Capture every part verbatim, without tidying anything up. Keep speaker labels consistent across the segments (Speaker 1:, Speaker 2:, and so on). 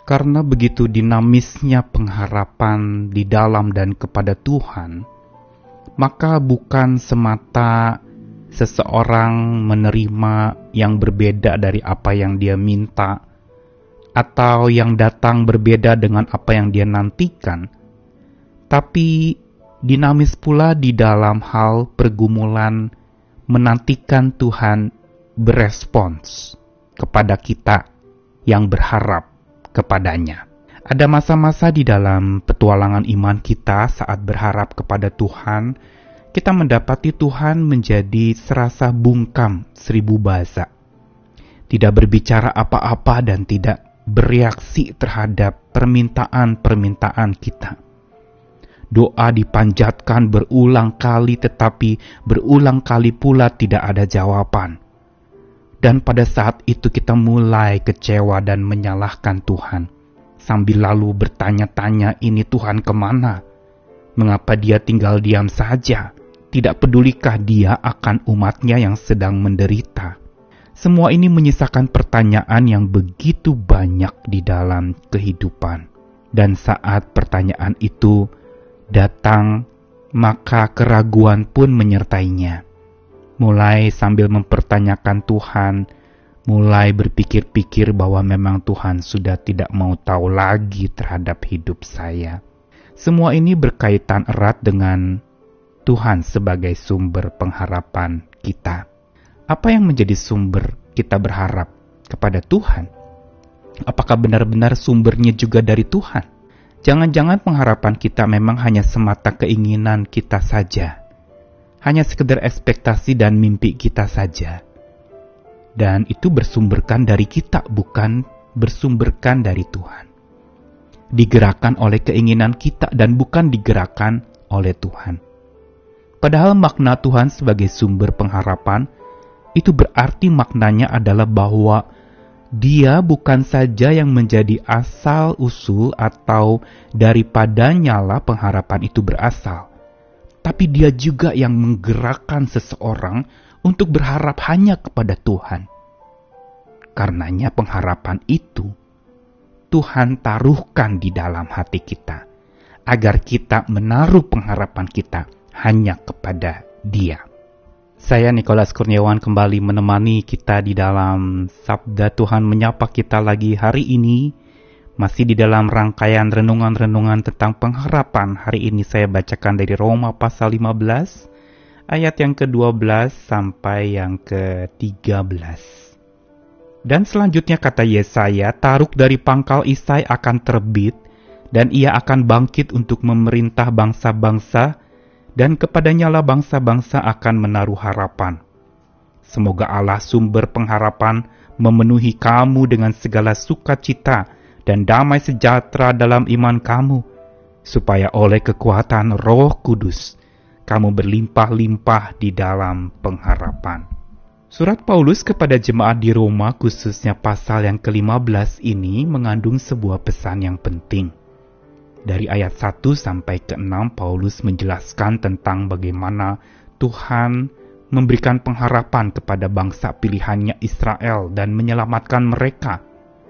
Speaker 1: Karena begitu dinamisnya pengharapan di dalam dan kepada Tuhan, maka bukan semata seseorang menerima yang berbeda dari apa yang dia minta, atau yang datang berbeda dengan apa yang dia nantikan, tapi dinamis pula di dalam hal pergumulan menantikan Tuhan berespons kepada kita yang berharap kepadanya. Ada masa-masa di dalam petualangan iman kita saat berharap kepada Tuhan, kita mendapati Tuhan menjadi serasa bungkam seribu bahasa. Tidak berbicara apa-apa dan tidak bereaksi terhadap permintaan-permintaan kita. Doa dipanjatkan berulang kali, tetapi berulang kali pula tidak ada jawaban. Dan pada saat itu kita mulai kecewa dan menyalahkan Tuhan, sambil lalu bertanya-tanya, ini Tuhan kemana? Mengapa dia tinggal diam saja? Tidak pedulikah dia akan umatnya yang sedang menderita? Semua ini menyisakan pertanyaan yang begitu banyak di dalam kehidupan. Dan saat pertanyaan itu datang, maka keraguan pun menyertainya. Mulai sambil mempertanyakan Tuhan, mulai berpikir-pikir bahwa memang Tuhan sudah tidak mau tahu lagi terhadap hidup saya. Semua ini berkaitan erat dengan Tuhan sebagai sumber pengharapan kita. Apa yang menjadi sumber kita berharap kepada Tuhan? Apakah benar-benar sumbernya juga dari Tuhan? Jangan-jangan pengharapan kita memang hanya semata keinginan kita saja. Hanya sekedar ekspektasi dan mimpi kita saja. Dan itu bersumberkan dari kita, bukan bersumberkan dari Tuhan. Digerakkan oleh keinginan kita dan bukan digerakkan oleh Tuhan. Padahal makna Tuhan sebagai sumber pengharapan, itu berarti maknanya adalah bahwa Dia bukan saja yang menjadi asal-usul atau daripadanya lah pengharapan itu berasal, tapi Dia juga yang menggerakkan seseorang untuk berharap hanya kepada Tuhan. Karenanya pengharapan itu Tuhan taruhkan di dalam hati kita, agar kita menaruh pengharapan kita hanya kepada Dia. Saya Nikolas Kurniawan kembali menemani kita di dalam Sabda Tuhan Menyapa kita lagi hari ini. Masih di dalam rangkaian renungan-renungan tentang pengharapan. Hari ini saya bacakan dari Roma pasal lima belas, ayat yang kedua belas sampai yang ketiga belas. Dan selanjutnya kata Yesaya, Taruk dari pangkal Isai akan terbit, dan ia akan bangkit untuk memerintah bangsa-bangsa, dan kepadanya lah bangsa-bangsa akan menaruh harapan. Semoga Allah sumber pengharapan memenuhi kamu dengan segala sukacita dan damai sejahtera dalam iman kamu, supaya oleh kekuatan Roh Kudus kamu berlimpah-limpah di dalam pengharapan. Surat Paulus kepada jemaat di Roma, khususnya pasal yang kelima belas ini, mengandung sebuah pesan yang penting. Dari ayat satu sampai ke enam, Paulus menjelaskan tentang bagaimana Tuhan memberikan pengharapan kepada bangsa pilihannya Israel dan menyelamatkan mereka.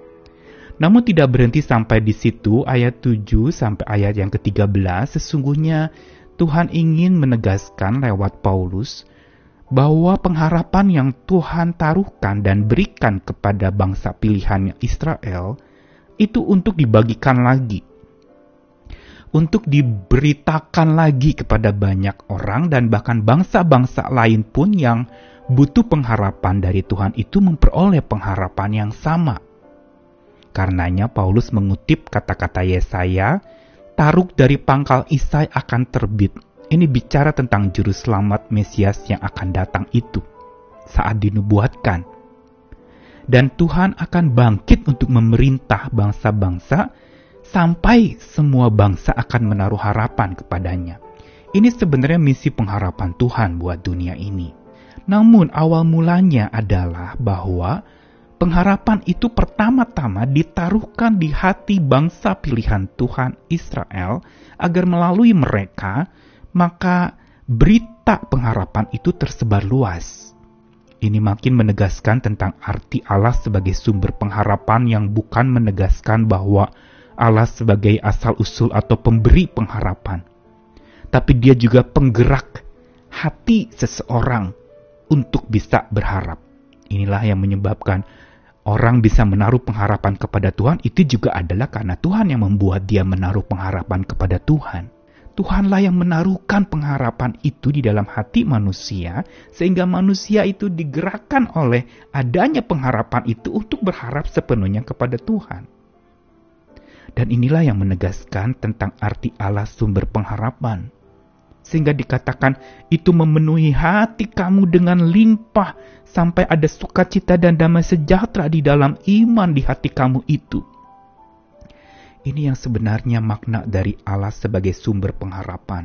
Speaker 1: Namun tidak berhenti sampai di situ, ayat tujuh sampai ayat yang ketiga belas, sesungguhnya Tuhan ingin menegaskan lewat Paulus bahwa pengharapan yang Tuhan taruhkan dan berikan kepada bangsa pilihannya Israel itu untuk dibagikan lagi, untuk diberitakan lagi kepada banyak orang, dan bahkan bangsa-bangsa lain pun yang butuh pengharapan dari Tuhan itu memperoleh pengharapan yang sama. Karenanya Paulus mengutip kata-kata Yesaya, Taruk dari pangkal Isai akan terbit. Ini bicara tentang juru selamat Mesias yang akan datang itu saat dinubuatkan. Dan Tuhan akan bangkit untuk memerintah bangsa-bangsa sampai semua bangsa akan menaruh harapan kepadanya. Ini sebenarnya misi pengharapan Tuhan buat dunia ini. Namun awal mulanya adalah bahwa pengharapan itu pertama-tama ditaruhkan di hati bangsa pilihan Tuhan Israel, agar melalui mereka, maka berita pengharapan itu tersebar luas. Ini makin menegaskan tentang arti Allah sebagai sumber pengharapan yang bukan menegaskan bahwa Allah sebagai asal-usul atau pemberi pengharapan. Tapi dia juga penggerak hati seseorang untuk bisa berharap. Inilah yang menyebabkan orang bisa menaruh pengharapan kepada Tuhan, itu juga adalah karena Tuhan yang membuat dia menaruh pengharapan kepada Tuhan. Tuhanlah yang menaruhkan pengharapan itu di dalam hati manusia, sehingga manusia itu digerakkan oleh adanya pengharapan itu untuk berharap sepenuhnya kepada Tuhan. Dan inilah yang menegaskan tentang arti Allah sumber pengharapan. Sehingga dikatakan itu memenuhi hati kamu dengan limpah, sampai ada sukacita dan damai sejahtera di dalam iman di hati kamu itu. Ini yang sebenarnya makna dari Allah sebagai sumber pengharapan.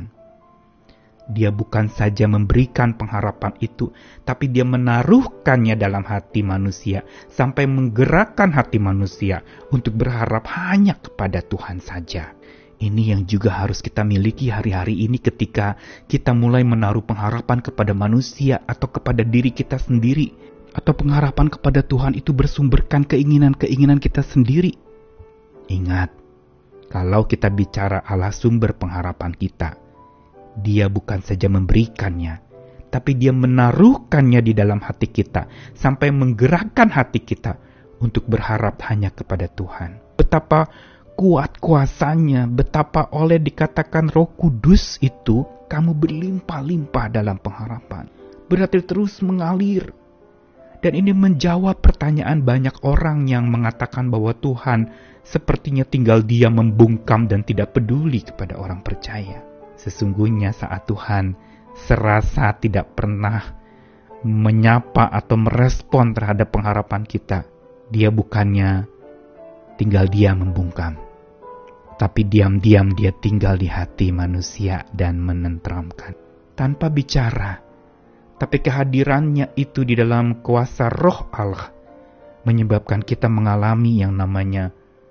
Speaker 1: Dia bukan saja memberikan pengharapan itu, tapi dia menaruhkannya dalam hati manusia, sampai menggerakkan hati manusia untuk berharap hanya kepada Tuhan saja. Ini yang juga harus kita miliki hari-hari ini ketika kita mulai menaruh pengharapan kepada manusia atau kepada diri kita sendiri. Atau pengharapan kepada Tuhan itu bersumberkan keinginan-keinginan kita sendiri. Ingat, kalau kita bicara Allah sumber pengharapan kita, Dia bukan saja memberikannya, tapi Dia menaruhkannya di dalam hati kita, sampai menggerakkan hati kita untuk berharap hanya kepada Tuhan. Betapa kuat kuasanya, betapa oleh dikatakan Roh Kudus itu, kamu berlimpah-limpah dalam pengharapan. Berarti terus mengalir. Dan ini menjawab pertanyaan banyak orang yang mengatakan bahwa Tuhan sepertinya tinggal diam, membungkam dan tidak peduli kepada orang percaya. Sesungguhnya saat Tuhan serasa tidak pernah menyapa atau merespon terhadap pengharapan kita, Dia bukannya tinggal diam membungkam, tapi diam-diam Dia tinggal di hati manusia dan menenteramkan. Tanpa bicara, tapi kehadirannya itu di dalam kuasa Roh Allah menyebabkan kita mengalami yang namanya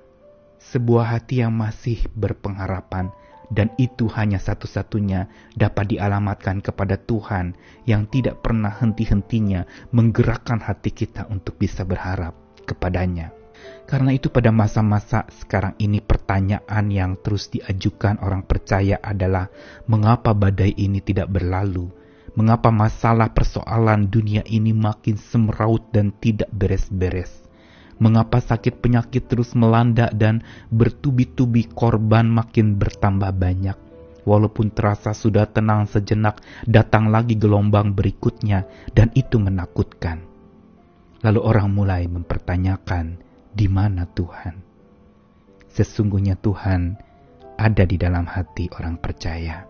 Speaker 1: sebuah hati yang masih berpengharapan, dan itu hanya satu-satunya dapat dialamatkan kepada Tuhan yang tidak pernah henti-hentinya menggerakkan hati kita untuk bisa berharap kepadanya. Karena itu pada masa-masa sekarang ini pertanyaan yang terus diajukan orang percaya adalah, mengapa badai ini tidak berlalu? Mengapa masalah persoalan dunia ini makin semeraut dan tidak beres-beres? Mengapa sakit penyakit terus melanda dan bertubi-tubi korban makin bertambah banyak? Walaupun terasa sudah tenang sejenak, datang lagi gelombang berikutnya, dan itu menakutkan. Lalu orang mulai mempertanyakan, di mana Tuhan? Sesungguhnya Tuhan ada di dalam hati orang percaya.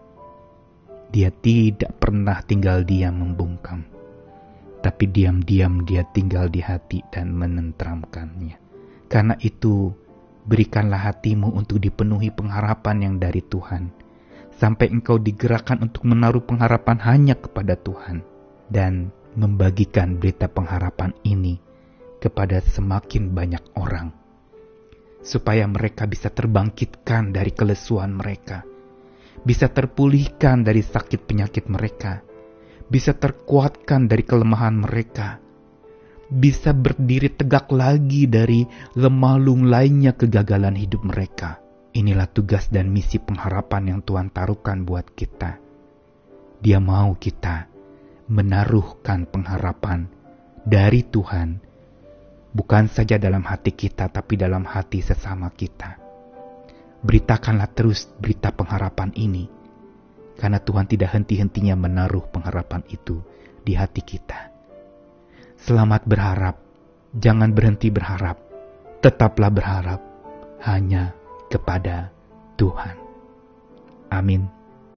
Speaker 1: Dia tidak pernah tinggal diam membungkam, tapi diam-diam Dia tinggal di hati dan menenteramkannya. Karena itu, berikanlah hatimu untuk dipenuhi pengharapan yang dari Tuhan, sampai engkau digerakkan untuk menaruh pengharapan hanya kepada Tuhan, dan membagikan berita pengharapan ini kepada semakin banyak orang, supaya mereka bisa terbangkitkan dari kelesuan mereka, bisa terpulihkan dari sakit penyakit mereka, bisa terkuatkan dari kelemahan mereka, bisa berdiri tegak lagi dari lemah lunglainya kegagalan hidup mereka. Inilah tugas dan misi pengharapan yang Tuhan taruhkan buat kita. Dia mau kita menaruhkan pengharapan dari Tuhan, bukan saja dalam hati kita, tapi dalam hati sesama kita. Beritakanlah terus berita pengharapan ini, karena Tuhan tidak henti-hentinya menaruh pengharapan itu di hati kita. Selamat berharap, jangan berhenti berharap, tetaplah berharap hanya kepada Tuhan. Amin.